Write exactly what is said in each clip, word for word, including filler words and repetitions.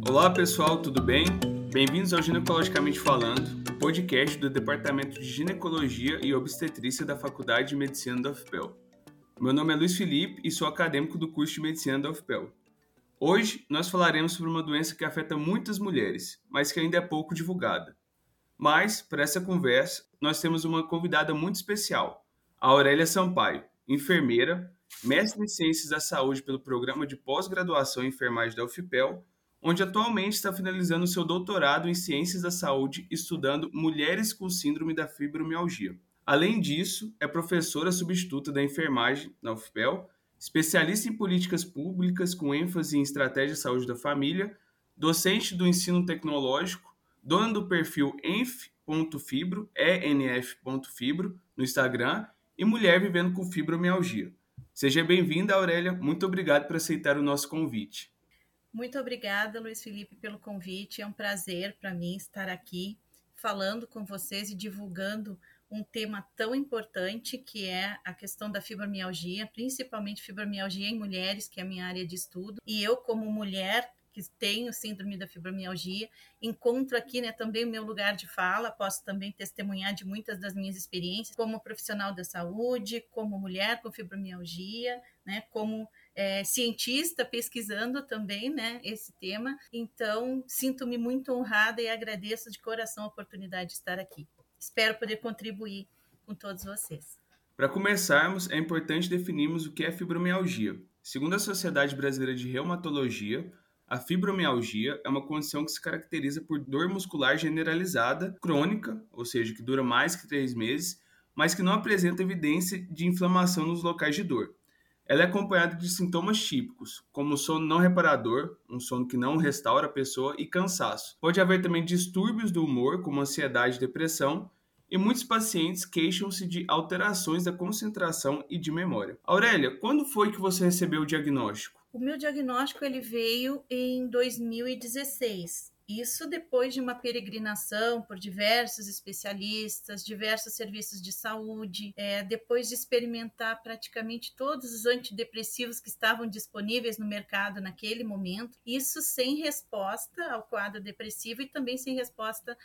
Olá pessoal, tudo bem? Bem-vindos ao Ginecologicamente Falando, o podcast do Departamento de Ginecologia e Obstetrícia da Faculdade de Medicina da U F P E L. Meu nome é Luiz Felipe e sou acadêmico do curso de Medicina da U F P E L. Hoje nós falaremos sobre uma doença que afeta muitas mulheres, mas que ainda é pouco divulgada. Mas, para essa conversa, nós temos uma convidada muito especial, a Aurélia Sampaio, enfermeira, mestre em Ciências da Saúde pelo Programa de Pós-Graduação em Enfermagem da U F P E L, onde atualmente está finalizando seu doutorado em Ciências da Saúde, estudando mulheres com síndrome da fibromialgia. Além disso, é professora substituta da enfermagem na U F P E L, especialista em políticas públicas com ênfase em estratégia de saúde da família, docente do ensino tecnológico, dona do perfil enf ponto fibro, E N F ponto fibro, no Instagram, e mulher vivendo com fibromialgia. Seja bem-vinda, Aurélia. Muito obrigado por aceitar o nosso convite. Muito obrigada, Luiz Felipe, pelo convite. É um prazer para mim estar aqui falando com vocês e divulgando um tema tão importante que é a questão da fibromialgia, principalmente fibromialgia em mulheres, que é a minha área de estudo. E eu, como mulher que tenho síndrome da fibromialgia, encontro aqui, né, também o meu lugar de fala, posso também testemunhar de muitas das minhas experiências como profissional da saúde, como mulher com fibromialgia, né, como é, cientista pesquisando também, né, esse tema. Então, sinto-me muito honrada e agradeço de coração a oportunidade de estar aqui. Espero poder contribuir com todos vocês. Para começarmos, é importante definirmos o que é fibromialgia. Segundo a Sociedade Brasileira de Reumatologia, a fibromialgia é uma condição que se caracteriza por dor muscular generalizada, crônica, ou seja, que dura mais que três meses, mas que não apresenta evidência de inflamação nos locais de dor. Ela é acompanhada de sintomas típicos, como sono não reparador, um sono que não restaura a pessoa, e cansaço. Pode haver também distúrbios do humor, como ansiedade e depressão, e muitos pacientes queixam-se de alterações da concentração e de memória. Aurélia, quando foi que você recebeu o diagnóstico? O meu diagnóstico ele veio em dois mil e dezesseis. Isso depois de uma peregrinação por diversos especialistas, diversos serviços de saúde, é, depois de experimentar praticamente todos os antidepressivos que estavam disponíveis no mercado naquele momento, isso sem resposta ao quadro depressivo e também sem resposta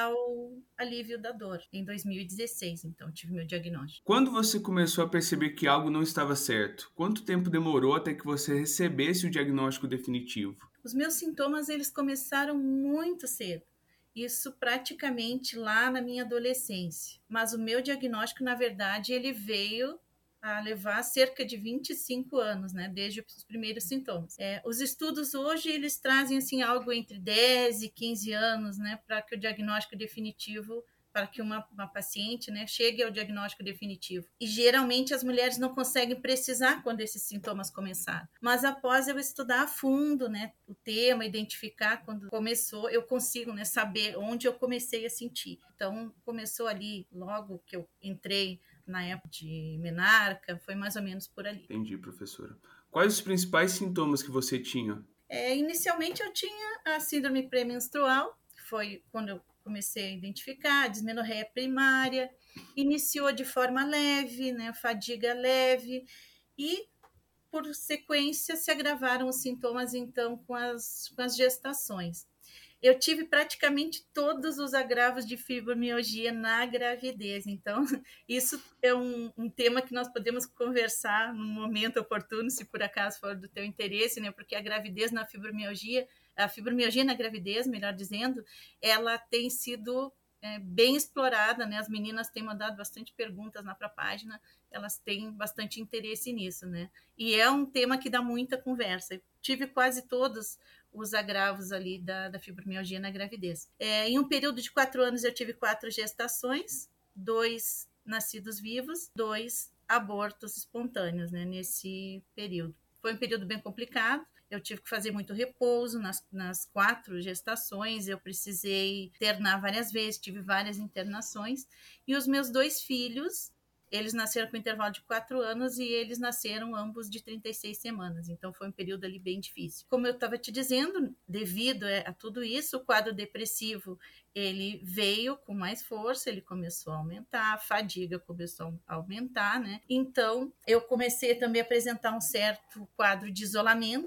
ao alívio da dor. Em dois mil e dezesseis, então, tive meu diagnóstico. Quando você começou a perceber que algo não estava certo? Quanto tempo demorou até que você recebesse o diagnóstico definitivo? Os meus sintomas eles começaram muito cedo. Isso praticamente lá na minha adolescência. Mas o meu diagnóstico, na verdade, ele veio a levar cerca de vinte e cinco anos, né, desde os primeiros sintomas. É, os estudos hoje, eles trazem assim, algo entre dez e quinze anos, né, para que o diagnóstico definitivo para que uma, uma paciente, né, chegue ao diagnóstico definitivo. E geralmente as mulheres não conseguem precisar quando esses sintomas começaram. Mas após eu estudar a fundo, né, o tema, identificar quando começou, eu consigo, né, saber onde eu comecei a sentir. Então, começou ali, logo que eu entrei na época de menarca, foi mais ou menos por ali. Entendi, professora. Quais os principais sintomas que você tinha? É, inicialmente eu tinha a síndrome pré-menstrual, que foi quando eu comecei a identificar, a dismenorreia primária, iniciou de forma leve, né, fadiga leve, e por sequência se agravaram os sintomas então com as, com as gestações. Eu tive praticamente todos os agravos de fibromialgia na gravidez, então isso é um, um tema que nós podemos conversar num momento oportuno, se por acaso for do teu interesse, né? Porque a gravidez na fibromialgia, a fibromialgia na gravidez, melhor dizendo, ela tem sido é, bem explorada, né? As meninas têm mandado bastante perguntas na própria página, elas têm bastante interesse nisso, né? E é um tema que dá muita conversa. Eu tive quase todos os agravos ali da, da fibromialgia na gravidez. É, em um período de quatro anos eu tive quatro gestações, dois nascidos vivos, dois abortos espontâneos, né, nesse período. Foi um período bem complicado, eu tive que fazer muito repouso nas, nas quatro gestações, eu precisei internar várias vezes, tive várias internações, e os meus dois filhos, eles nasceram com intervalo de quatro anos e eles nasceram ambos de trinta e seis semanas. Então, foi um período ali bem difícil. Como eu estava te dizendo, devido a tudo isso, o quadro depressivo, ele veio com mais força, ele começou a aumentar, a fadiga começou a aumentar, né? Então, eu comecei também a apresentar um certo quadro de isolamento,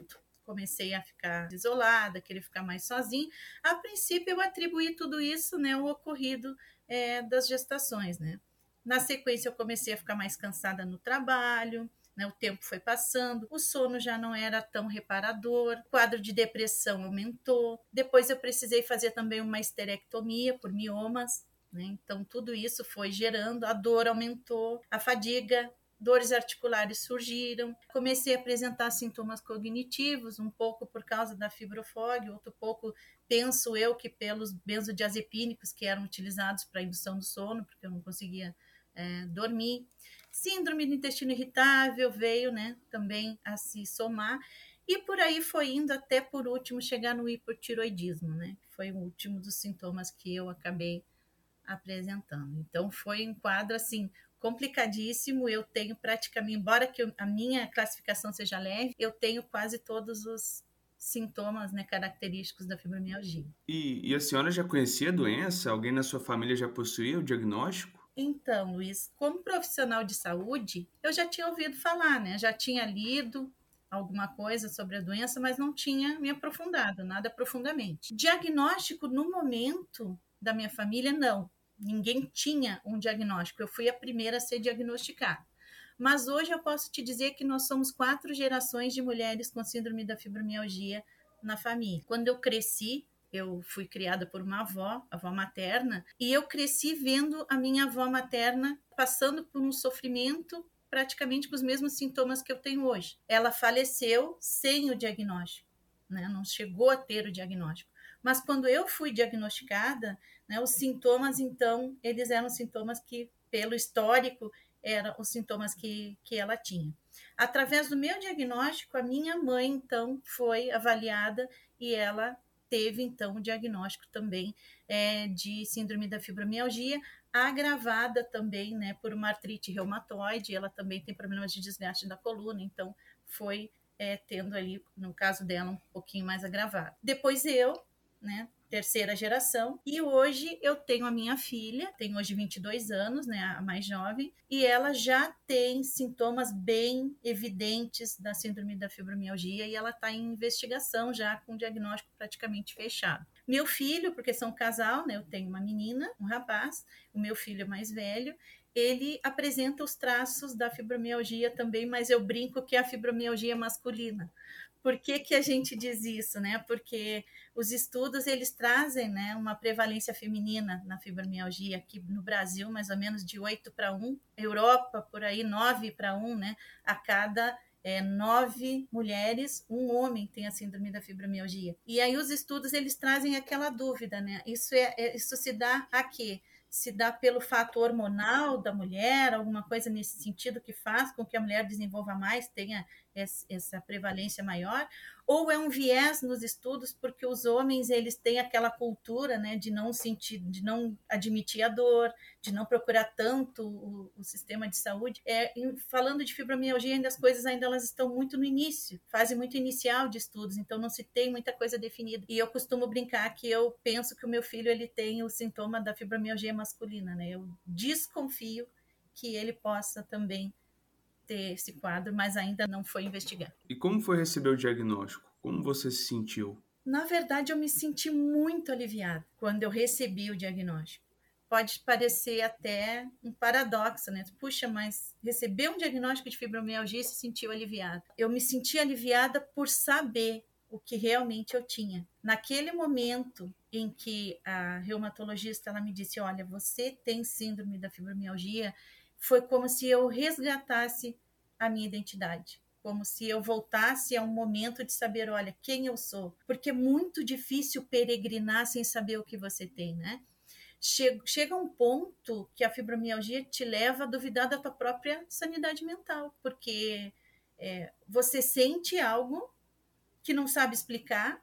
comecei a ficar isolada, querer ficar mais sozinha. A princípio, eu atribuí tudo isso, né, ao ocorrido é, das gestações, né. Na sequência, eu comecei a ficar mais cansada no trabalho, né, o tempo foi passando, o sono já não era tão reparador, o quadro de depressão aumentou. Depois eu precisei fazer também uma histerectomia por miomas, né, então tudo isso foi gerando, a dor aumentou, a fadiga, dores articulares surgiram, comecei a apresentar sintomas cognitivos, um pouco por causa da fibrofog, outro pouco, penso eu, que pelos benzodiazepínicos que eram utilizados para indução do sono, porque eu não conseguia é, dormir. Síndrome do intestino irritável veio, né, também a se somar, e por aí foi indo até, por último, chegar no hipotiroidismo, né, que foi o último dos sintomas que eu acabei apresentando. Então, foi um quadro, assim, complicadíssimo. Eu tenho praticamente, embora que eu, a minha classificação seja leve, eu tenho quase todos os sintomas, né, característicos da fibromialgia. E, e a senhora já conhecia a doença? Alguém na sua família já possuía o diagnóstico? Então, Luiz, como profissional de saúde, eu já tinha ouvido falar, né? Já tinha lido alguma coisa sobre a doença, mas não tinha me aprofundado, nada profundamente. Diagnóstico, no momento da minha família, não. Ninguém tinha um diagnóstico. Eu fui a primeira a ser diagnosticada. Mas hoje eu posso te dizer que nós somos quatro gerações de mulheres com síndrome da fibromialgia na família. Quando eu cresci, eu fui criada por uma avó, avó materna, e eu cresci vendo a minha avó materna passando por um sofrimento praticamente com os mesmos sintomas que eu tenho hoje. Ela faleceu sem o diagnóstico, né? Não chegou a ter o diagnóstico. Mas quando eu fui diagnosticada, né, os sintomas, então, eles eram sintomas que, pelo histórico, eram os sintomas que, que ela tinha. Através do meu diagnóstico, a minha mãe, então, foi avaliada e ela teve, então, o diagnóstico também é, de síndrome da fibromialgia, agravada também, né, por uma artrite reumatoide. Ela também tem problemas de desgaste da coluna, então foi é, tendo ali, no caso dela, um pouquinho mais agravado. Depois eu, né, terceira geração, e hoje eu tenho a minha filha, tem hoje vinte e dois anos, né, a mais jovem, e ela já tem sintomas bem evidentes da síndrome da fibromialgia e ela está em investigação já com o diagnóstico praticamente fechado. Meu filho, porque são um casal, né, eu tenho uma menina, um rapaz, o meu filho é mais velho, ele apresenta os traços da fibromialgia também, mas eu brinco que é a fibromialgia masculina. Por que que a gente diz isso, né? Porque os estudos, eles trazem, né, uma prevalência feminina na fibromialgia, aqui no Brasil, mais ou menos de oito para um, Europa, por aí, nove para um, né? A cada é, nove mulheres, um homem tem a síndrome da fibromialgia. E aí os estudos, eles trazem aquela dúvida, né? Isso, é, é, isso se dá a quê? Se dá pelo fato hormonal da mulher, alguma coisa nesse sentido que faz com que a mulher desenvolva mais, tenha essa prevalência maior, ou é um viés nos estudos porque os homens, eles têm aquela cultura, né, de não sentir, de não admitir a dor, de não procurar tanto o, o sistema de saúde. É, falando de fibromialgia, ainda as coisas ainda elas estão muito no início, fase muito inicial de estudos, então não se tem muita coisa definida. E eu costumo brincar que eu penso que o meu filho ele tem o sintoma da fibromialgia masculina, né? Eu desconfio que ele possa também ter esse quadro, mas ainda não foi investigado. E como foi receber o diagnóstico? Como você se sentiu? Na verdade, eu me senti muito aliviada quando eu recebi o diagnóstico. Pode parecer até um paradoxo, né? Puxa, mas receber um diagnóstico de fibromialgia e se sentiu aliviada. Eu me senti aliviada por saber o que realmente eu tinha. Naquele momento em que a reumatologista ela me disse, olha, você tem síndrome da fibromialgia, foi como se eu resgatasse a minha identidade, como se eu voltasse a um momento de saber, olha, quem eu sou, porque é muito difícil peregrinar sem saber o que você tem, né? Chega, chega um ponto que a fibromialgia te leva a duvidar da tua própria sanidade mental, porque é, você sente algo que não sabe explicar,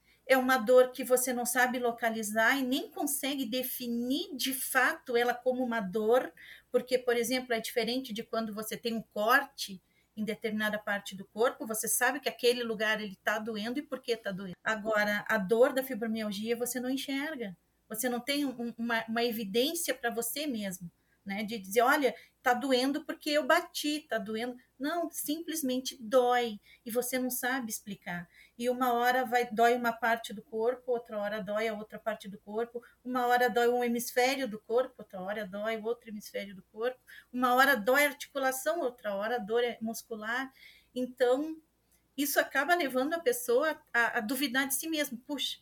é uma dor que você não sabe localizar e nem consegue definir de fato ela como uma dor, porque, por exemplo, é diferente de quando você tem um corte em determinada parte do corpo, você sabe que aquele lugar ele está doendo e por que está doendo. Agora, a dor da fibromialgia você não enxerga, você não tem um, uma, uma evidência para você mesmo, né? De dizer, olha, tá doendo porque eu bati, tá doendo. Não, simplesmente dói e você não sabe explicar. E uma hora vai dói uma parte do corpo, outra hora dói a outra parte do corpo, uma hora dói um hemisfério do corpo, outra hora dói o outro hemisfério do corpo, uma hora dói a articulação, outra hora dor muscular. Então, isso acaba levando a pessoa a, a duvidar de si mesma. Puxa,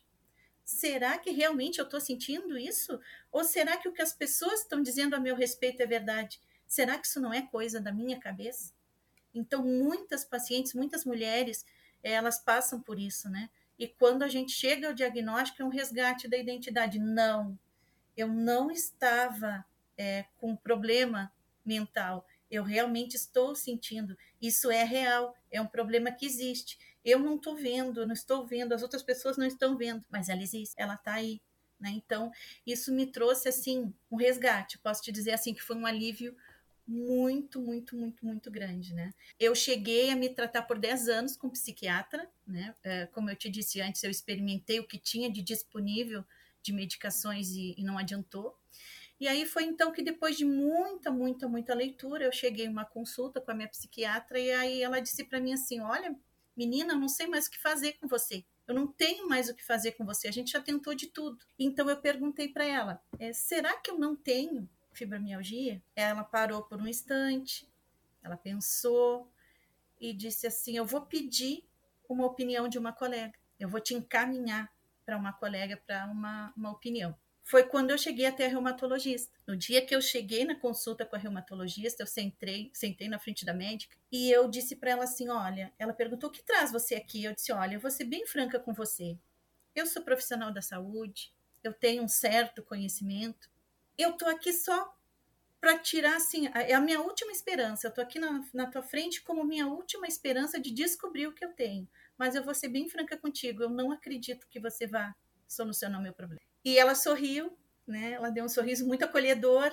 será que realmente eu estou sentindo isso? Ou será que o que as pessoas estão dizendo a meu respeito é verdade? Será que isso não é coisa da minha cabeça? Então, muitas pacientes, muitas mulheres, elas passam por isso, né? E quando a gente chega ao diagnóstico, é um resgate da identidade. Não, eu não estava é, com problema mental. Eu realmente estou sentindo. Isso é real, é um problema que existe. Eu não estou vendo, não estou vendo, as outras pessoas não estão vendo, mas ela existe, ela está aí. Né? Então, isso me trouxe, assim, um resgate. Posso te dizer, assim, que foi um alívio muito, muito, muito, muito grande, né? Eu cheguei a me tratar por dez anos com psiquiatra, né? É, como eu te disse antes, eu experimentei o que tinha de disponível de medicações e, e não adiantou. E aí foi então que depois de muita, muita, muita leitura, eu cheguei em uma consulta com a minha psiquiatra e aí ela disse para mim assim, olha, menina, eu não sei mais o que fazer com você. Eu não tenho mais o que fazer com você. A gente já tentou de tudo. Então eu perguntei para ela, é, será que eu não tenho fibromialgia? Ela parou por um instante, ela pensou e disse assim, eu vou pedir uma opinião de uma colega. Eu vou te encaminhar para uma colega para uma, uma opinião. Foi quando eu cheguei até a reumatologista. No dia que eu cheguei na consulta com a reumatologista, eu sentei, sentei na frente da médica e eu disse para ela assim, olha, ela perguntou, o que traz você aqui? Eu disse, olha, eu vou ser bem franca com você. Eu sou profissional da saúde, eu tenho um certo conhecimento, eu tô aqui só para tirar, assim, é a minha última esperança. Eu tô aqui na, na tua frente como minha última esperança de descobrir o que eu tenho. Mas eu vou ser bem franca contigo, eu não acredito que você vá solucionar o meu problema. E ela sorriu, né? Ela deu um sorriso muito acolhedor.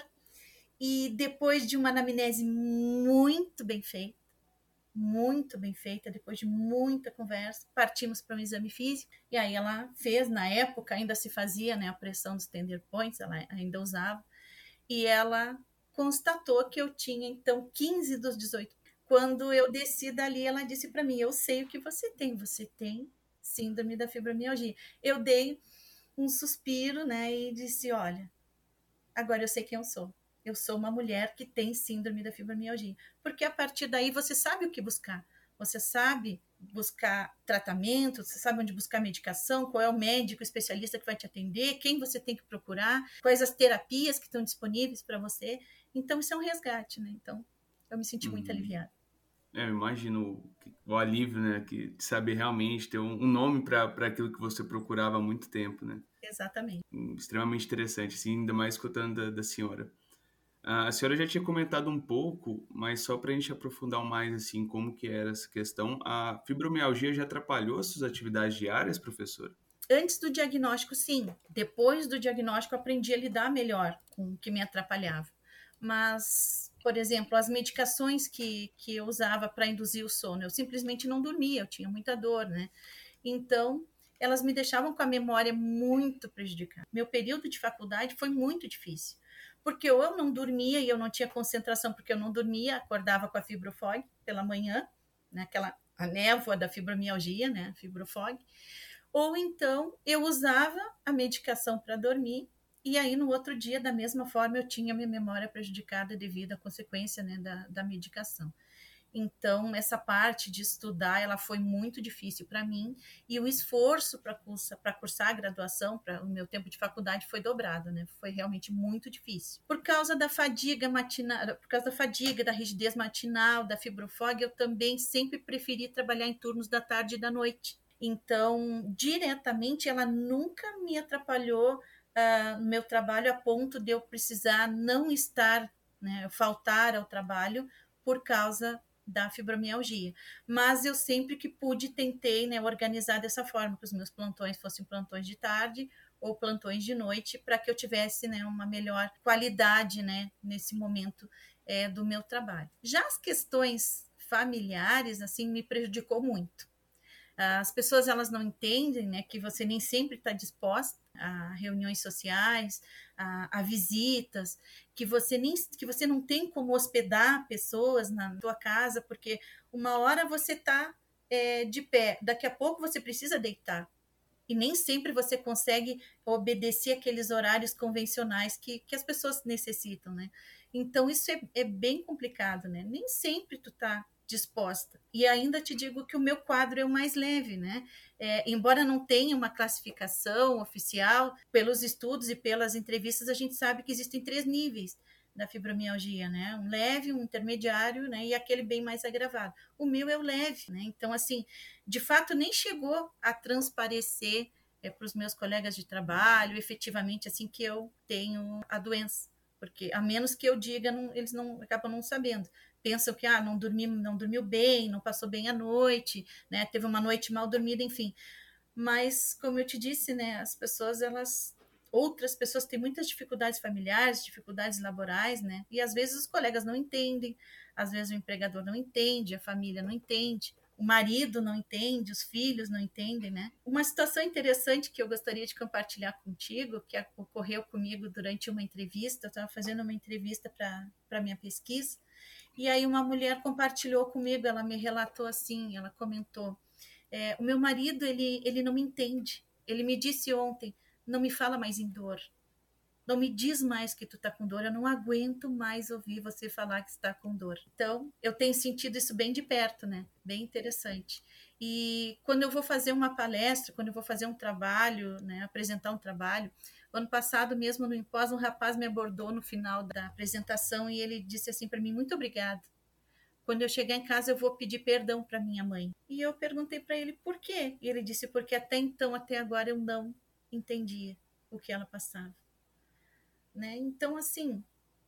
E depois de uma anamnese muito bem feita, muito bem feita, depois de muita conversa, partimos para um exame físico. E aí ela fez, na época ainda se fazia, né, a pressão dos tender points, ela ainda usava. E ela constatou que eu tinha, então, quinze dos dezoito. Quando eu desci dali, ela disse para mim, eu sei o que você tem, você tem síndrome da fibromialgia. Eu dei um suspiro, né, e disse, olha, agora eu sei quem eu sou. Eu sou uma mulher que tem síndrome da fibromialgia. Porque a partir daí você sabe o que buscar. Você sabe buscar tratamento, você sabe onde buscar medicação, qual é o médico especialista que vai te atender, quem você tem que procurar, quais as terapias que estão disponíveis para você. Então, isso é um resgate, né? Então, eu me senti muito Uhum. aliviada. É, eu imagino o alívio, né, que, de saber realmente ter um, um nome para aquilo que você procurava há muito tempo, né? Exatamente. Extremamente interessante, assim, ainda mais escutando da, da senhora. Ah, a senhora já tinha comentado um pouco, mas só para a gente aprofundar mais, assim, como que era essa questão, a fibromialgia já atrapalhou as suas atividades diárias, professora? Antes do diagnóstico, sim. Depois do diagnóstico, aprendi a lidar melhor com o que me atrapalhava. Mas, por exemplo, as medicações que, que eu usava para induzir o sono, eu simplesmente não dormia, eu tinha muita dor, né? Então, elas me deixavam com a memória muito prejudicada. Meu período de faculdade foi muito difícil, porque ou eu não dormia e eu não tinha concentração porque eu não dormia, acordava com a fibrofog pela manhã, né? Aquela a névoa da fibromialgia, né? Fibrofog. Ou então eu usava a medicação para dormir e aí no outro dia, da mesma forma, eu tinha minha memória prejudicada devido à consequência, né, da, da medicação. Então, essa parte de estudar, ela foi muito difícil para mim e o esforço para cursar, para cursar a graduação, para o meu tempo de faculdade foi dobrado, né? Foi realmente muito difícil. Por causa da fadiga matinal, por causa da fadiga, da rigidez matinal, da fibrofog, eu também sempre preferi trabalhar em turnos da tarde e da noite. Então, diretamente, ela nunca me atrapalhou uh, no meu trabalho a ponto de eu precisar não estar, né, faltar ao trabalho por causa da fibromialgia. Mas eu sempre que pude tentei, né, organizar dessa forma, que os meus plantões fossem plantões de tarde ou plantões de noite, para que eu tivesse, né, uma melhor qualidade, né, nesse momento é, do meu trabalho. Já as questões familiares, assim, me prejudicou muito. As pessoas elas não entendem, né, que você nem sempre está disposta a reuniões sociais, a, a visitas, que você nem que você não tem como hospedar pessoas na tua casa, porque uma hora você está é, de pé, daqui a pouco você precisa deitar. E nem sempre você consegue obedecer aqueles horários convencionais que, que as pessoas necessitam, né? Então, isso é, é bem complicado, né? Nem sempre tu tá disposta. E ainda te digo que o meu quadro é o mais leve, né? É, embora não tenha uma classificação oficial, pelos estudos e pelas entrevistas, a gente sabe que existem três níveis da fibromialgia, né? Um leve, um intermediário, né? E aquele bem mais agravado. O meu é o leve, né? Então, assim, de fato, nem chegou a transparecer é, para os meus colegas de trabalho, efetivamente, assim, que eu tenho a doença. Porque, a menos que eu diga, não, eles não acabam não sabendo. Pensam que, ah, não, dormi, não dormiu bem, não passou bem a noite, né? Teve uma noite mal dormida, enfim. Mas, como eu te disse, né? As pessoas, elas... Outras pessoas têm muitas dificuldades familiares, dificuldades laborais, né? E às vezes os colegas não entendem, às vezes o empregador não entende, a família não entende, o marido não entende, os filhos não entendem, né? Uma situação interessante que eu gostaria de compartilhar contigo, que ocorreu comigo durante uma entrevista, eu estava fazendo uma entrevista para a minha pesquisa, e aí uma mulher compartilhou comigo, ela me relatou assim, ela comentou, é, o meu marido, ele, ele não me entende, ele me disse ontem, não me fala mais em dor, não me diz mais que tu tá com dor, eu não aguento mais ouvir você falar que está com dor. Então, eu tenho sentido isso bem de perto, né? Bem interessante. E quando eu vou fazer uma palestra, quando eu vou fazer um trabalho, né, apresentar um trabalho, ano passado mesmo no Impós, um rapaz me abordou no final da apresentação e ele disse assim para mim, muito obrigado. Quando eu chegar em casa, eu vou pedir perdão para minha mãe. E eu perguntei para ele por quê. E ele disse, porque até então, até agora, eu não entendia o que ela passava. Né? Então, assim,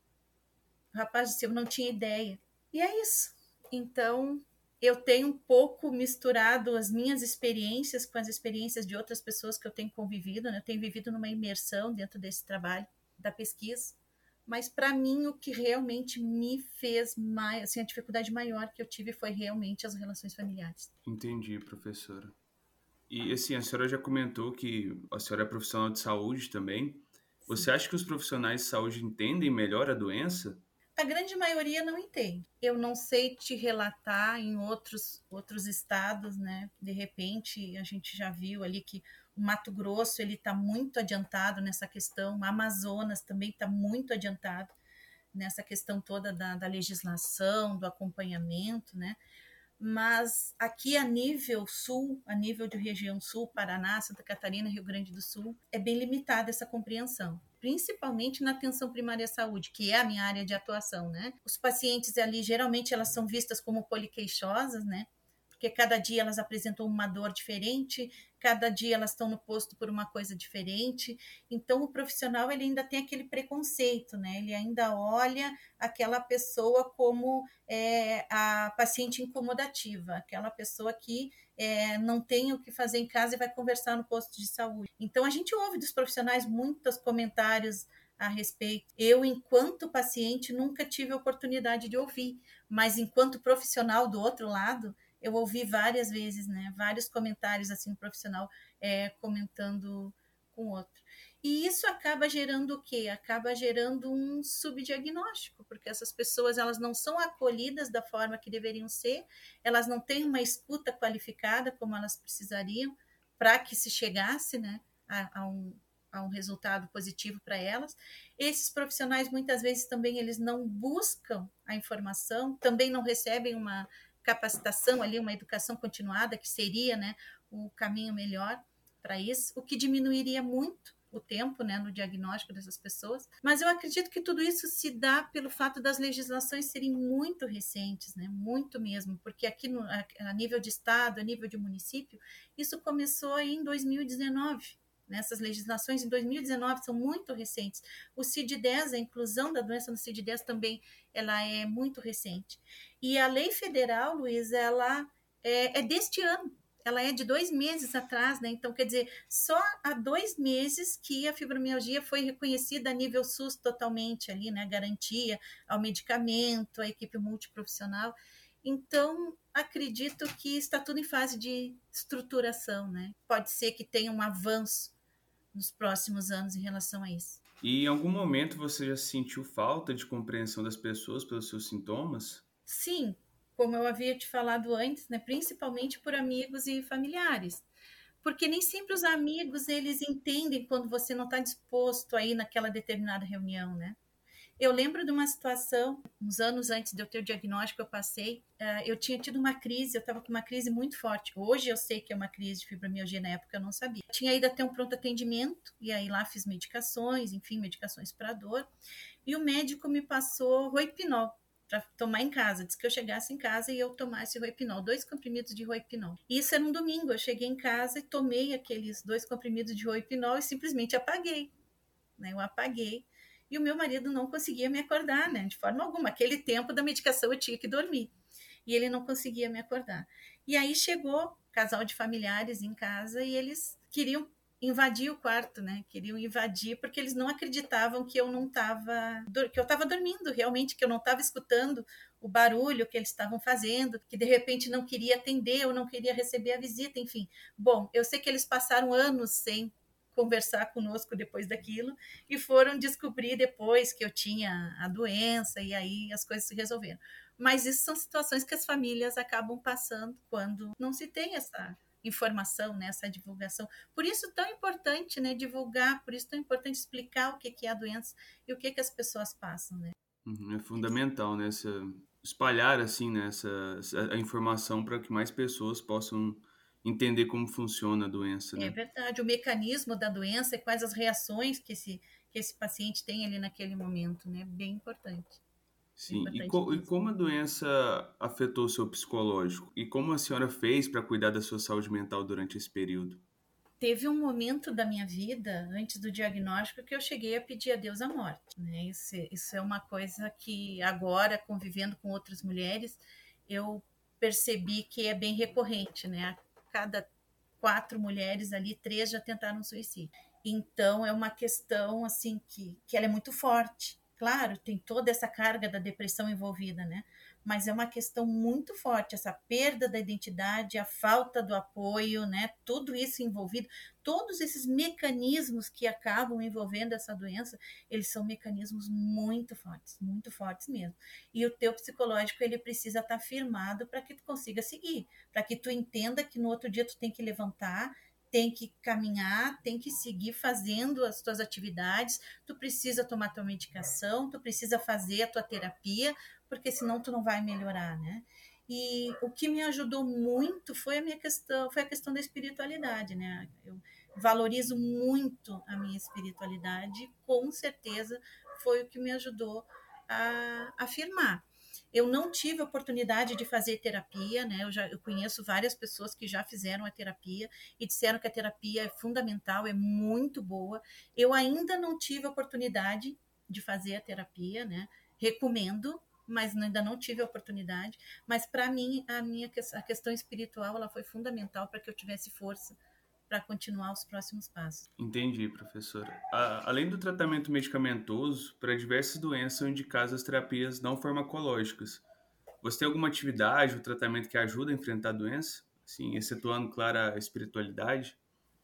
o rapaz disse, eu não tinha ideia. E é isso. Então, eu tenho um pouco misturado as minhas experiências com as experiências de outras pessoas que eu tenho convivido, né? Eu tenho vivido numa imersão dentro desse trabalho, da pesquisa. Mas, para mim, o que realmente me fez mais, assim, a dificuldade maior que eu tive foi realmente as relações familiares. Entendi, professora. E, assim, a senhora já comentou que a senhora é profissional de saúde também. Você acha que os profissionais de saúde entendem melhor a doença? A grande maioria não entende. Eu não sei te relatar em outros, outros estados, né? De repente, a gente já viu ali que o Mato Grosso ele está muito adiantado nessa questão, o Amazonas também está muito adiantado nessa questão toda da, da legislação, do acompanhamento, né? Mas aqui a nível sul, a nível de região sul, Paraná, Santa Catarina, Rio Grande do Sul, é bem limitada essa compreensão, principalmente na atenção primária à saúde, que é a minha área de atuação, né? Os pacientes ali, geralmente, elas são vistas como poliqueixosas, né? Porque cada dia elas apresentam uma dor diferente, cada dia elas estão no posto por uma coisa diferente. Então, o profissional ele ainda tem aquele preconceito, né? Ele ainda olha aquela pessoa como é, a paciente incomodativa, aquela pessoa que é, não tem o que fazer em casa e vai conversar no posto de saúde. Então, a gente ouve dos profissionais muitos comentários a respeito. Eu, enquanto paciente, nunca tive a oportunidade de ouvir, mas enquanto profissional do outro lado, eu ouvi várias vezes, né, vários comentários assim, um profissional é, comentando com outro. E isso acaba gerando o quê? Acaba gerando um subdiagnóstico, porque essas pessoas elas não são acolhidas da forma que deveriam ser, elas não têm uma escuta qualificada como elas precisariam para que se chegasse, né, a, a um a um resultado positivo para elas. Esses profissionais muitas vezes também eles não buscam a informação, também não recebem uma capacitação ali, uma educação continuada, que seria, né, o caminho melhor para isso, o que diminuiria muito o tempo, né, no diagnóstico dessas pessoas. Mas eu acredito que tudo isso se dá pelo fato das legislações serem muito recentes, né, muito mesmo, porque aqui no, a, a nível de estado, a nível de município, isso começou aí em dois mil e dezenove. Essas legislações em dois mil e dezenove são muito recentes. O C I D dez, a inclusão da doença no C I D dez também, ela é muito recente. E a lei federal, Luiz, ela é, é deste ano. Ela é de dois meses atrás, né? Então, quer dizer, só há dois meses que a fibromialgia foi reconhecida a nível SUS totalmente ali, né? Garantia ao medicamento, à equipe multiprofissional. Então, acredito que está tudo em fase de estruturação, né? Pode ser que tenha um avanço nos próximos anos em relação a isso. E em algum momento você já sentiu falta de compreensão das pessoas pelos seus sintomas? Sim, como eu havia te falado antes, né? Principalmente por amigos e familiares. Porque nem sempre os amigos, eles entendem quando você não está disposto a ir naquela determinada reunião, né? Eu lembro de uma situação, uns anos antes de eu ter o diagnóstico, eu passei, uh, eu tinha tido uma crise, eu estava com uma crise muito forte. Hoje eu sei que é uma crise de fibromialgia, na época eu não sabia. Eu tinha ido até um pronto atendimento, e aí lá fiz medicações, enfim, medicações para dor, e o médico me passou Roipinol para tomar em casa. Disse que eu chegasse em casa e eu tomasse Roipinol, dois comprimidos de Roipinol. E isso era um domingo, eu cheguei em casa e tomei aqueles dois comprimidos de Roipinol e simplesmente apaguei, né? Eu apaguei. E o meu marido não conseguia me acordar, né? De forma alguma. Aquele tempo da medicação eu tinha que dormir. E ele não conseguia me acordar. E aí chegou casal de familiares em casa e eles queriam invadir o quarto, né? Queriam invadir porque eles não acreditavam que eu não estava, que eu estava dormindo, realmente, que eu não estava escutando o barulho que eles estavam fazendo, que de repente não queria atender ou não queria receber a visita, enfim. Bom, eu sei que eles passaram anos sem conversar conosco depois daquilo e foram descobrir depois que eu tinha a doença e aí as coisas se resolveram. Mas isso são situações que as famílias acabam passando quando não se tem essa informação, né, essa divulgação. Por isso tão importante, né, divulgar, por isso tão importante explicar o que que é a doença e o que que as pessoas passam, né? Uhum, é fundamental, né, essa, espalhar assim, né, essa, essa- a informação para que mais pessoas possam entender como funciona a doença, É né? verdade, o mecanismo da doença e quais as reações que esse, que esse paciente tem ali naquele momento, né? Bem importante. Bem Sim, e, importante co- e mesmo. como a doença afetou o seu psicológico? E como a senhora fez para cuidar da sua saúde mental durante esse período? Teve um momento da minha vida, antes do diagnóstico, que eu cheguei a pedir a Deus a morte. Né? Isso, isso é uma coisa que agora, convivendo com outras mulheres, eu percebi que é bem recorrente. Né? A cada quatro mulheres ali, três já tentaram suicídio. Então, é uma questão assim que, que ela é muito forte. Claro, tem toda essa carga da depressão envolvida, né? Mas é uma questão muito forte, essa perda da identidade, a falta do apoio, né? Tudo isso envolvido, todos esses mecanismos que acabam envolvendo essa doença, eles são mecanismos muito fortes, muito fortes mesmo. E o teu psicológico, ele precisa estar firmado para que tu consiga seguir, para que tu entenda que no outro dia tu tem que levantar, tem que caminhar, tem que seguir fazendo as tuas atividades, tu precisa tomar tua medicação, tu precisa fazer a tua terapia, porque senão tu não vai melhorar, né? E o que me ajudou muito foi a minha questão, foi a questão da espiritualidade, né? Eu valorizo muito a minha espiritualidade, com certeza foi o que me ajudou a afirmar. Eu não tive oportunidade de fazer terapia, né? Eu já eu conheço várias pessoas que já fizeram a terapia e disseram que a terapia é fundamental, é muito boa. Eu ainda não tive oportunidade de fazer a terapia, né? Recomendo, mas ainda não tive a oportunidade. Mas para mim, a minha a questão espiritual ela foi fundamental para que eu tivesse força para continuar os próximos passos. Entendi, professora. A- além do tratamento medicamentoso, para diversas doenças são indicadas as terapias não farmacológicas. Você tem alguma atividade ou tratamento que ajuda a enfrentar a doença? Sim, excetuando, claro, a espiritualidade?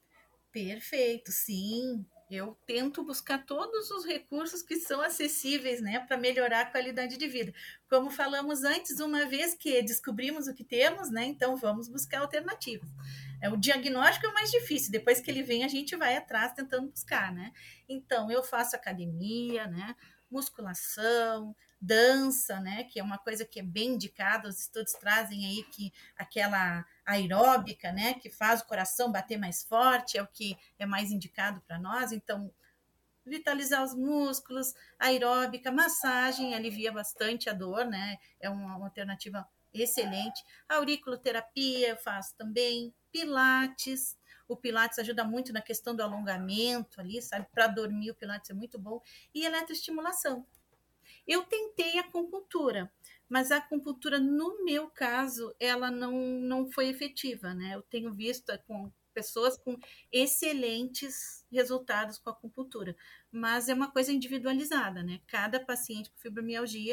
Perfeito, sim. Eu tento buscar todos os recursos que são acessíveis, né, para melhorar a qualidade de vida. Como falamos antes, uma vez que descobrimos o que temos, né, então vamos buscar alternativas. É, o diagnóstico é o mais difícil, depois que ele vem, a gente vai atrás tentando buscar, né? Então, eu faço academia, né, musculação, dança, né, que é uma coisa que é bem indicada, os estudos trazem aí que aquela aeróbica, né, que faz o coração bater mais forte, é o que é mais indicado para nós. Então, vitalizar os músculos, aeróbica, massagem alivia bastante a dor, né? É uma, uma alternativa excelente. Auriculoterapia eu faço também, pilates. O pilates ajuda muito na questão do alongamento ali, sabe? Para dormir o pilates é muito bom. E eletroestimulação. Eu tentei acupuntura, mas a acupuntura, no meu caso, ela não, não foi efetiva, né? Eu tenho visto com pessoas com excelentes resultados com a acupuntura, mas é uma coisa individualizada, né? Cada paciente com fibromialgia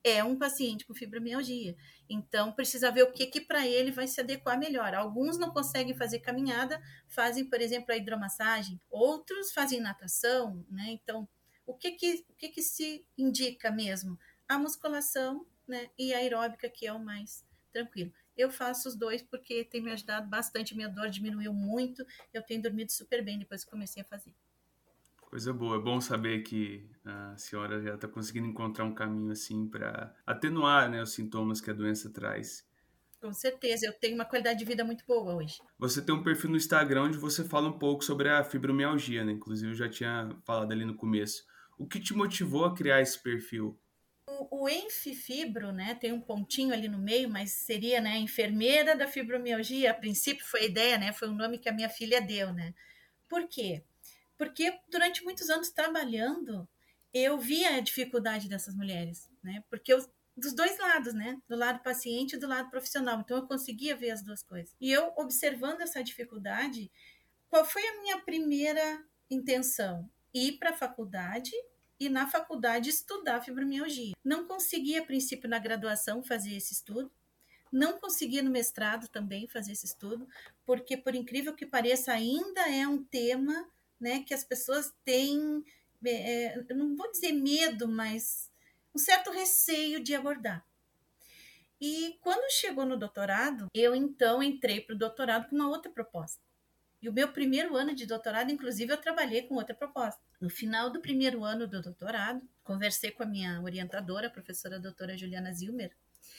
é um paciente com fibromialgia. Então, precisa ver o que, que para ele vai se adequar melhor. Alguns não conseguem fazer caminhada, fazem, por exemplo, a hidromassagem. Outros fazem natação, né? Então, o que que, o que que se indica mesmo? A musculação, né? E a aeróbica, que é o mais tranquilo. Eu faço os dois porque tem me ajudado bastante. Minha dor diminuiu muito. Eu tenho dormido super bem depois que comecei a fazer. Coisa boa, é bom saber que a senhora já está conseguindo encontrar um caminho assim para atenuar, né, os sintomas que a doença traz. Com certeza, eu tenho uma qualidade de vida muito boa hoje. Você tem um perfil no Instagram onde você fala um pouco sobre a fibromialgia, né? Inclusive eu já tinha falado ali no começo. O que te motivou a criar esse perfil? O, o Enfifibro, né, tem um pontinho ali no meio, mas seria, né, enfermeira da fibromialgia. A princípio foi a ideia, né, foi o nome que a minha filha deu, né? Por quê? Porque durante muitos anos trabalhando, eu via a dificuldade dessas mulheres, né? Porque eu, dos dois lados, né? Do lado paciente e do lado profissional. Então eu conseguia ver as duas coisas. E eu observando essa dificuldade, qual foi a minha primeira intenção? Ir para a faculdade e na faculdade estudar fibromialgia. Não conseguia, a princípio, na graduação fazer esse estudo. Não conseguia no mestrado também fazer esse estudo, porque, por incrível que pareça, ainda é um tema, né, que as pessoas têm, é, eu não vou dizer medo, mas um certo receio de abordar. E quando chegou no doutorado, eu então entrei para o doutorado com uma outra proposta. E o meu primeiro ano de doutorado, inclusive, eu trabalhei com outra proposta. No final do primeiro ano do doutorado, conversei com a minha orientadora, a professora doutora Juliana Zilmer,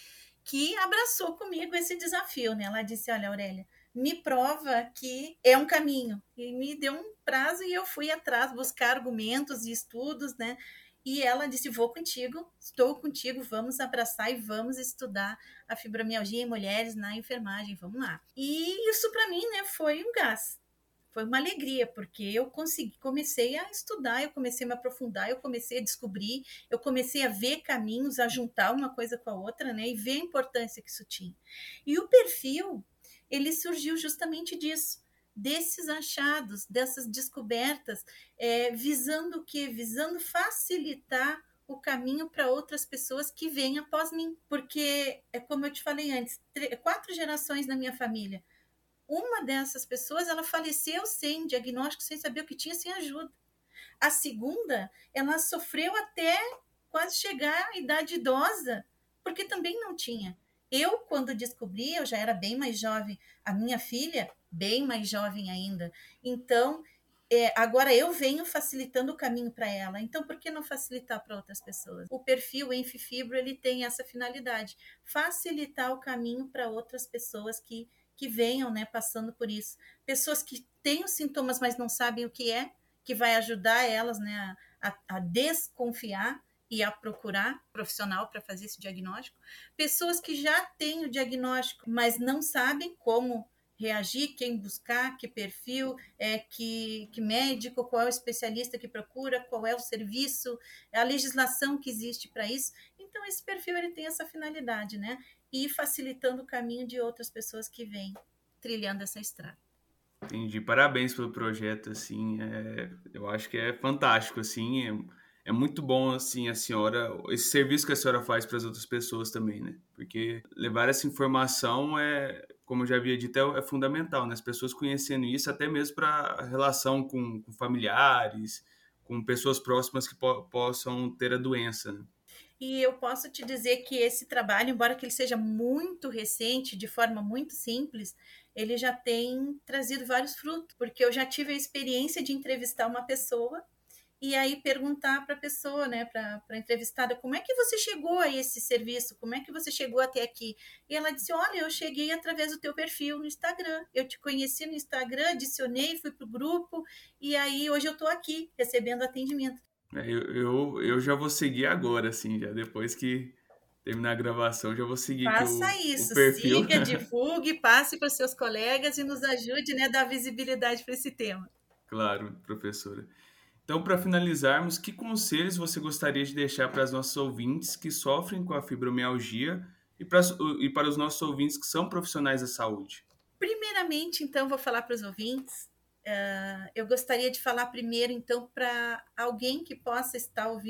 que abraçou comigo esse desafio, né? Ela disse, olha, Aurélia, me prova que é um caminho. E me deu um prazo e eu fui atrás buscar argumentos e estudos, né? E ela disse, vou contigo, estou contigo, vamos abraçar e vamos estudar a fibromialgia em mulheres na enfermagem, vamos lá. E isso para mim, né, foi um gás. Foi uma alegria, porque eu consegui, comecei a estudar, eu comecei a me aprofundar, eu comecei a descobrir, eu comecei a ver caminhos, a juntar uma coisa com a outra, né? E ver a importância que isso tinha. E o perfil, ele surgiu justamente disso, desses achados, dessas descobertas, é, visando o quê? Visando facilitar o caminho para outras pessoas que vêm após mim. Porque, é como eu te falei antes, quatro gerações na minha família. Uma dessas pessoas, ela faleceu sem diagnóstico, sem saber o que tinha, sem ajuda. A segunda, ela sofreu até quase chegar à idade idosa, porque também não tinha. Eu, quando descobri, eu já era bem mais jovem. A minha filha, bem mais jovem ainda. Então, é, agora eu venho facilitando o caminho para ela. Então, por que não facilitar para outras pessoas? O perfil Enfifibro, ele tem essa finalidade, facilitar o caminho para outras pessoas que que venham, né, passando por isso. Pessoas que têm os sintomas, mas não sabem o que é, que vai ajudar elas, né, a, a desconfiar e a procurar profissional para fazer esse diagnóstico. Pessoas que já têm o diagnóstico, mas não sabem como reagir, quem buscar, que perfil, é, que, que médico, qual é o especialista que procura, qual é o serviço, a legislação que existe para isso. Então, esse perfil ele tem essa finalidade, né? E facilitando o caminho de outras pessoas que vêm trilhando essa estrada. Entendi. Parabéns pelo projeto, assim, é, eu acho que é fantástico, assim, é, é muito bom, assim, a senhora, esse serviço que a senhora faz para as outras pessoas também, né? Porque levar essa informação é, como eu já havia dito, é, é fundamental, né? As pessoas conhecendo isso, até mesmo para a relação com, com familiares, com pessoas próximas que po- possam ter a doença, né? E eu posso te dizer que esse trabalho, embora que ele seja muito recente, de forma muito simples, ele já tem trazido vários frutos, porque eu já tive a experiência de entrevistar uma pessoa e aí perguntar para a pessoa, né, para a entrevistada, como é que você chegou a esse serviço? Como é que você chegou até aqui? E ela disse, olha, eu cheguei através do teu perfil no Instagram. Eu te conheci no Instagram, adicionei, fui para o grupo e aí hoje eu estou aqui recebendo atendimento. É, Eu, eu, eu já vou seguir agora, assim, já depois que terminar a gravação, já vou seguir aqui Faça o, o isso, perfil. siga, divulgue, passe para os seus colegas e nos ajude, né, a dar visibilidade para esse tema. Claro, professora. Então, para finalizarmos, que conselhos você gostaria de deixar para os nossos ouvintes que sofrem com a fibromialgia e para, e para os nossos ouvintes que são profissionais da saúde? Primeiramente, então, vou falar para os ouvintes. Uh, eu gostaria de falar primeiro, então, para alguém que possa estar ouvindo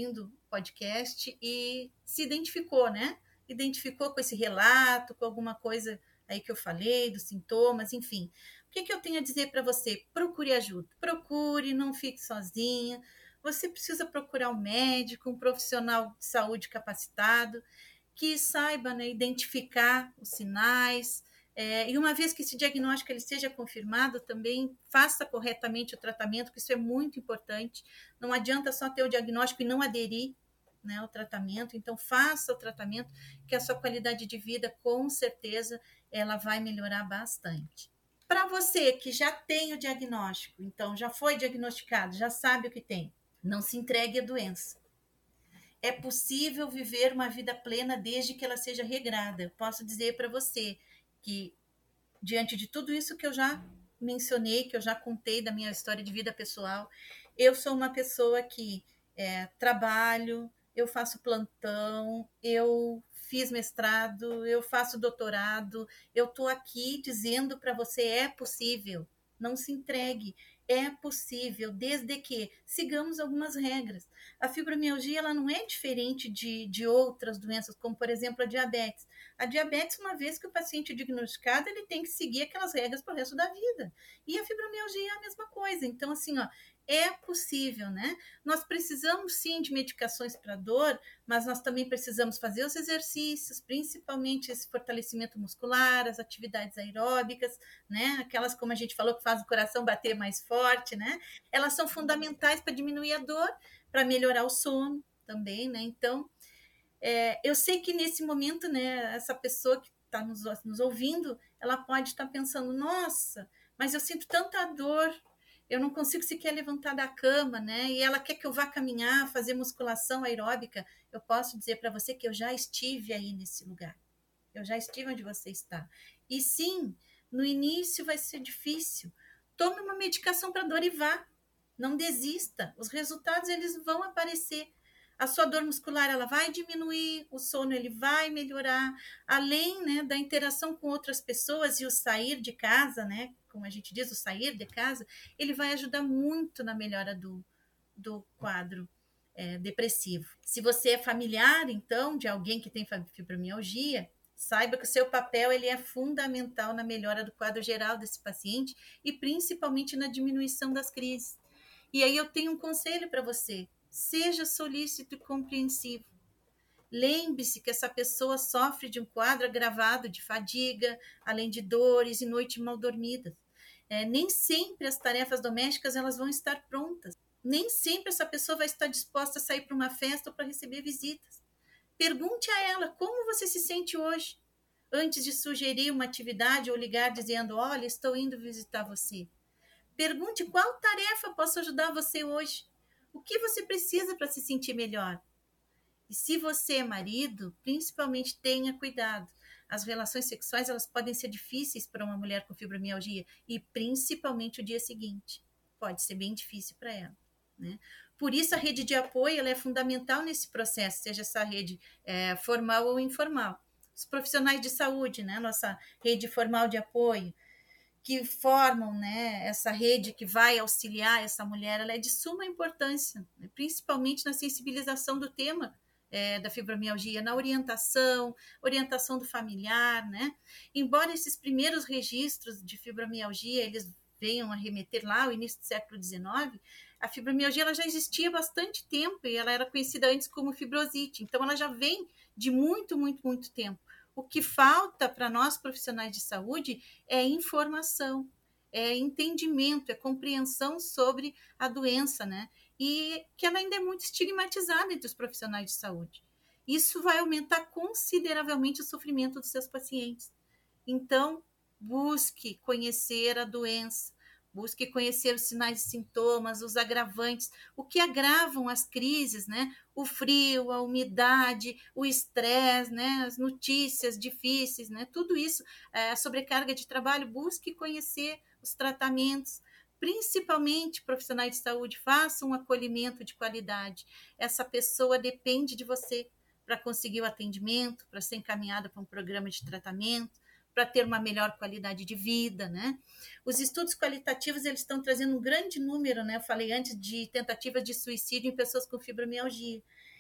podcast e se identificou, né? Identificou com esse relato, com alguma coisa aí que eu falei, dos sintomas, enfim. O que, que eu tenho a dizer para você? Procure ajuda. Procure, não fique sozinha. Você precisa procurar um médico, um profissional de saúde capacitado, que saiba, né, identificar os sinais, é, e uma vez que esse diagnóstico ele seja confirmado, também faça corretamente o tratamento, que isso é muito importante. Não adianta só ter o diagnóstico e não aderir, né, ao tratamento. Então, faça o tratamento, que a sua qualidade de vida, com certeza, ela vai melhorar bastante. Para você que já tem o diagnóstico, então já foi diagnosticado, já sabe o que tem, não se entregue à doença. É possível viver uma vida plena desde que ela seja regrada. Eu posso dizer para você que, diante de tudo isso que eu já mencionei, que eu já contei da minha história de vida pessoal, eu sou uma pessoa que é, trabalho, eu faço plantão, eu fiz mestrado, eu faço doutorado, eu estou aqui dizendo para você, é possível, não se entregue. É possível, desde que sigamos algumas regras. A fibromialgia ela não é diferente de, de outras doenças, como, por exemplo, a diabetes. A diabetes, uma vez que o paciente é diagnosticado, ele tem que seguir aquelas regras para o resto da vida. E a fibromialgia é a mesma coisa. Então, assim, ó, é possível, né? Nós precisamos, sim, de medicações para dor, mas nós também precisamos fazer os exercícios, principalmente esse fortalecimento muscular, as atividades aeróbicas, né? Aquelas, como a gente falou, que faz o coração bater mais forte, né? Elas são fundamentais para diminuir a dor, para melhorar o sono também, né? Então, é, eu sei que nesse momento, né, essa pessoa que está nos, nos ouvindo, ela pode estar tá pensando, nossa, mas eu sinto tanta dor, eu não consigo sequer levantar da cama, né? E ela quer que eu vá caminhar, fazer musculação aeróbica. Eu posso dizer para você que eu já estive aí nesse lugar. Eu já estive onde você está. E sim, no início vai ser difícil. Tome uma medicação para dor e vá. Não desista. Os resultados eles vão aparecer. A sua dor muscular ela vai diminuir, o sono ele vai melhorar, além, né, da interação com outras pessoas e o sair de casa, né, como a gente diz, o sair de casa, ele vai ajudar muito na melhora do, do quadro é, depressivo. Se você é familiar, então, de alguém que tem fibromialgia, saiba que o seu papel ele é fundamental na melhora do quadro geral desse paciente e principalmente na diminuição das crises. E aí eu tenho um conselho para você. Seja solícito e compreensivo. Lembre-se que essa pessoa sofre de um quadro agravado de fadiga, além de dores e noites mal dormidas. É, nem sempre as tarefas domésticas elas vão estar prontas. Nem sempre essa pessoa vai estar disposta a sair para uma festa ou para receber visitas. Pergunte a ela como você se sente hoje, antes de sugerir uma atividade ou ligar dizendo, olha, estou indo visitar você. Pergunte qual tarefa posso ajudar você hoje. O que você precisa para se sentir melhor? E se você é marido, principalmente tenha cuidado. As relações sexuais elas podem ser difíceis para uma mulher com fibromialgia e principalmente o dia seguinte. Pode ser bem difícil para ela, né? Por isso a rede de apoio ela é fundamental nesse processo, seja essa rede é, formal ou informal. Os profissionais de saúde, né? Nossa rede formal de apoio, que formam, né, essa rede que vai auxiliar essa mulher, ela é de suma importância, né, principalmente na sensibilização do tema é, da fibromialgia, na orientação, orientação do familiar, né? Embora esses primeiros registros de fibromialgia, eles venham a remeter lá ao início do século dezenove, a fibromialgia ela já existia há bastante tempo e ela era conhecida antes como fibrosite, então ela já vem de muito, muito, muito tempo. O que falta para nós profissionais de saúde é informação, é entendimento, é compreensão sobre a doença, né? E que ela ainda é muito estigmatizada entre os profissionais de saúde. Isso vai aumentar consideravelmente o sofrimento dos seus pacientes. Então, busque conhecer a doença, busque conhecer os sinais e sintomas, os agravantes, o que agravam as crises, né? O frio, a umidade, o estresse, né? As notícias difíceis, né? Tudo isso, a sobrecarga de trabalho, busque conhecer os tratamentos, principalmente profissionais de saúde, façam um acolhimento de qualidade. Essa pessoa depende de você para conseguir o atendimento, para ser encaminhada para um programa de tratamento, para ter uma melhor qualidade de vida, né? Os estudos qualitativos, eles estão trazendo um grande número, né? Eu falei antes de tentativas de suicídio em pessoas com fibromialgia.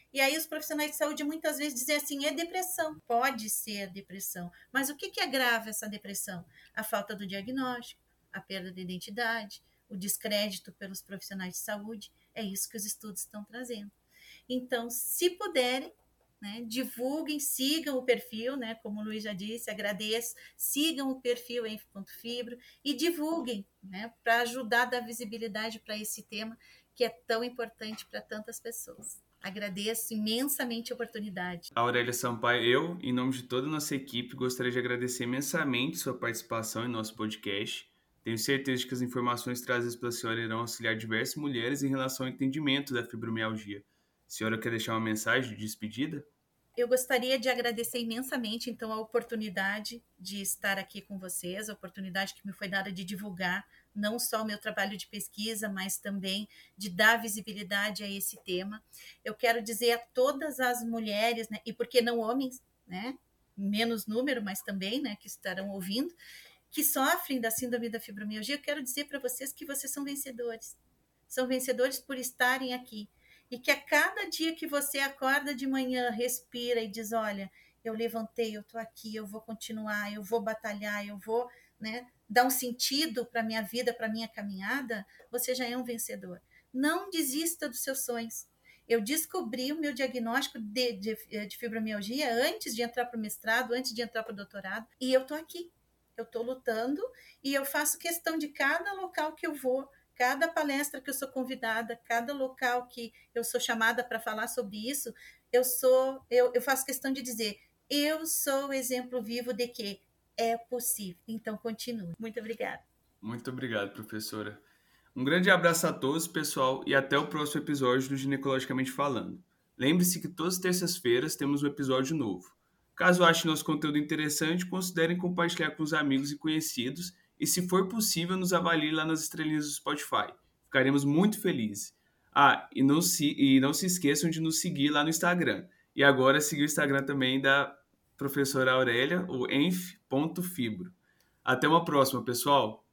E aí os profissionais de saúde muitas vezes dizem assim, é depressão. Pode ser depressão. Mas o que, que agrava essa depressão? A falta do diagnóstico, a perda de identidade, o descrédito pelos profissionais de saúde. É isso que os estudos estão trazendo. Então, se puderem, né, divulguem, sigam o perfil, né, como o Luiz já disse, agradeço, sigam o perfil enf.fibro e divulguem, né, para ajudar a dar visibilidade para esse tema que é tão importante para tantas pessoas. Agradeço imensamente a oportunidade. Aurélia Sampaio, eu, em nome de toda a nossa equipe, gostaria de agradecer imensamente sua participação em nosso podcast. Tenho certeza de que as informações trazidas pela senhora irão auxiliar diversas mulheres em relação ao entendimento da fibromialgia. A senhora quer deixar uma mensagem de despedida? Eu gostaria de agradecer imensamente, então, a oportunidade de estar aqui com vocês, a oportunidade que me foi dada de divulgar não só o meu trabalho de pesquisa, mas também de dar visibilidade a esse tema. Eu quero dizer a todas as mulheres, né, e por que não homens, né, menos número, mas também, né, que estarão ouvindo, que sofrem da síndrome da fibromialgia, eu quero dizer para vocês que vocês são vencedores. São vencedores por estarem aqui. E que a cada dia que você acorda de manhã, respira e diz, olha, eu levantei, eu estou aqui, eu vou continuar, eu vou batalhar, eu vou, né, dar um sentido para a minha vida, para a minha caminhada, você já é um vencedor. Não desista dos seus sonhos. Eu descobri o meu diagnóstico de, de, de fibromialgia antes de entrar para o mestrado, antes de entrar para o doutorado, e eu estou aqui. Eu estou lutando e eu faço questão de cada local que eu vou, cada palestra que eu sou convidada, cada local que eu sou chamada para falar sobre isso, eu sou, eu, eu faço questão de dizer, eu sou o exemplo vivo de que é possível. Então, continue. Muito obrigada. Muito obrigado, professora. Um grande abraço a todos, pessoal, e até o próximo episódio do Ginecologicamente Falando. Lembre-se que todas as terças-feiras temos um episódio novo. Caso ache nosso conteúdo interessante, considerem compartilhar com os amigos e conhecidos e, se for possível, nos avalie lá nas estrelinhas do Spotify. Ficaremos muito felizes. Ah, e não se, e não se esqueçam de nos seguir lá no Instagram. E agora seguir o Instagram também da professora Aurélia, o enf ponto fibro. Até uma próxima, pessoal!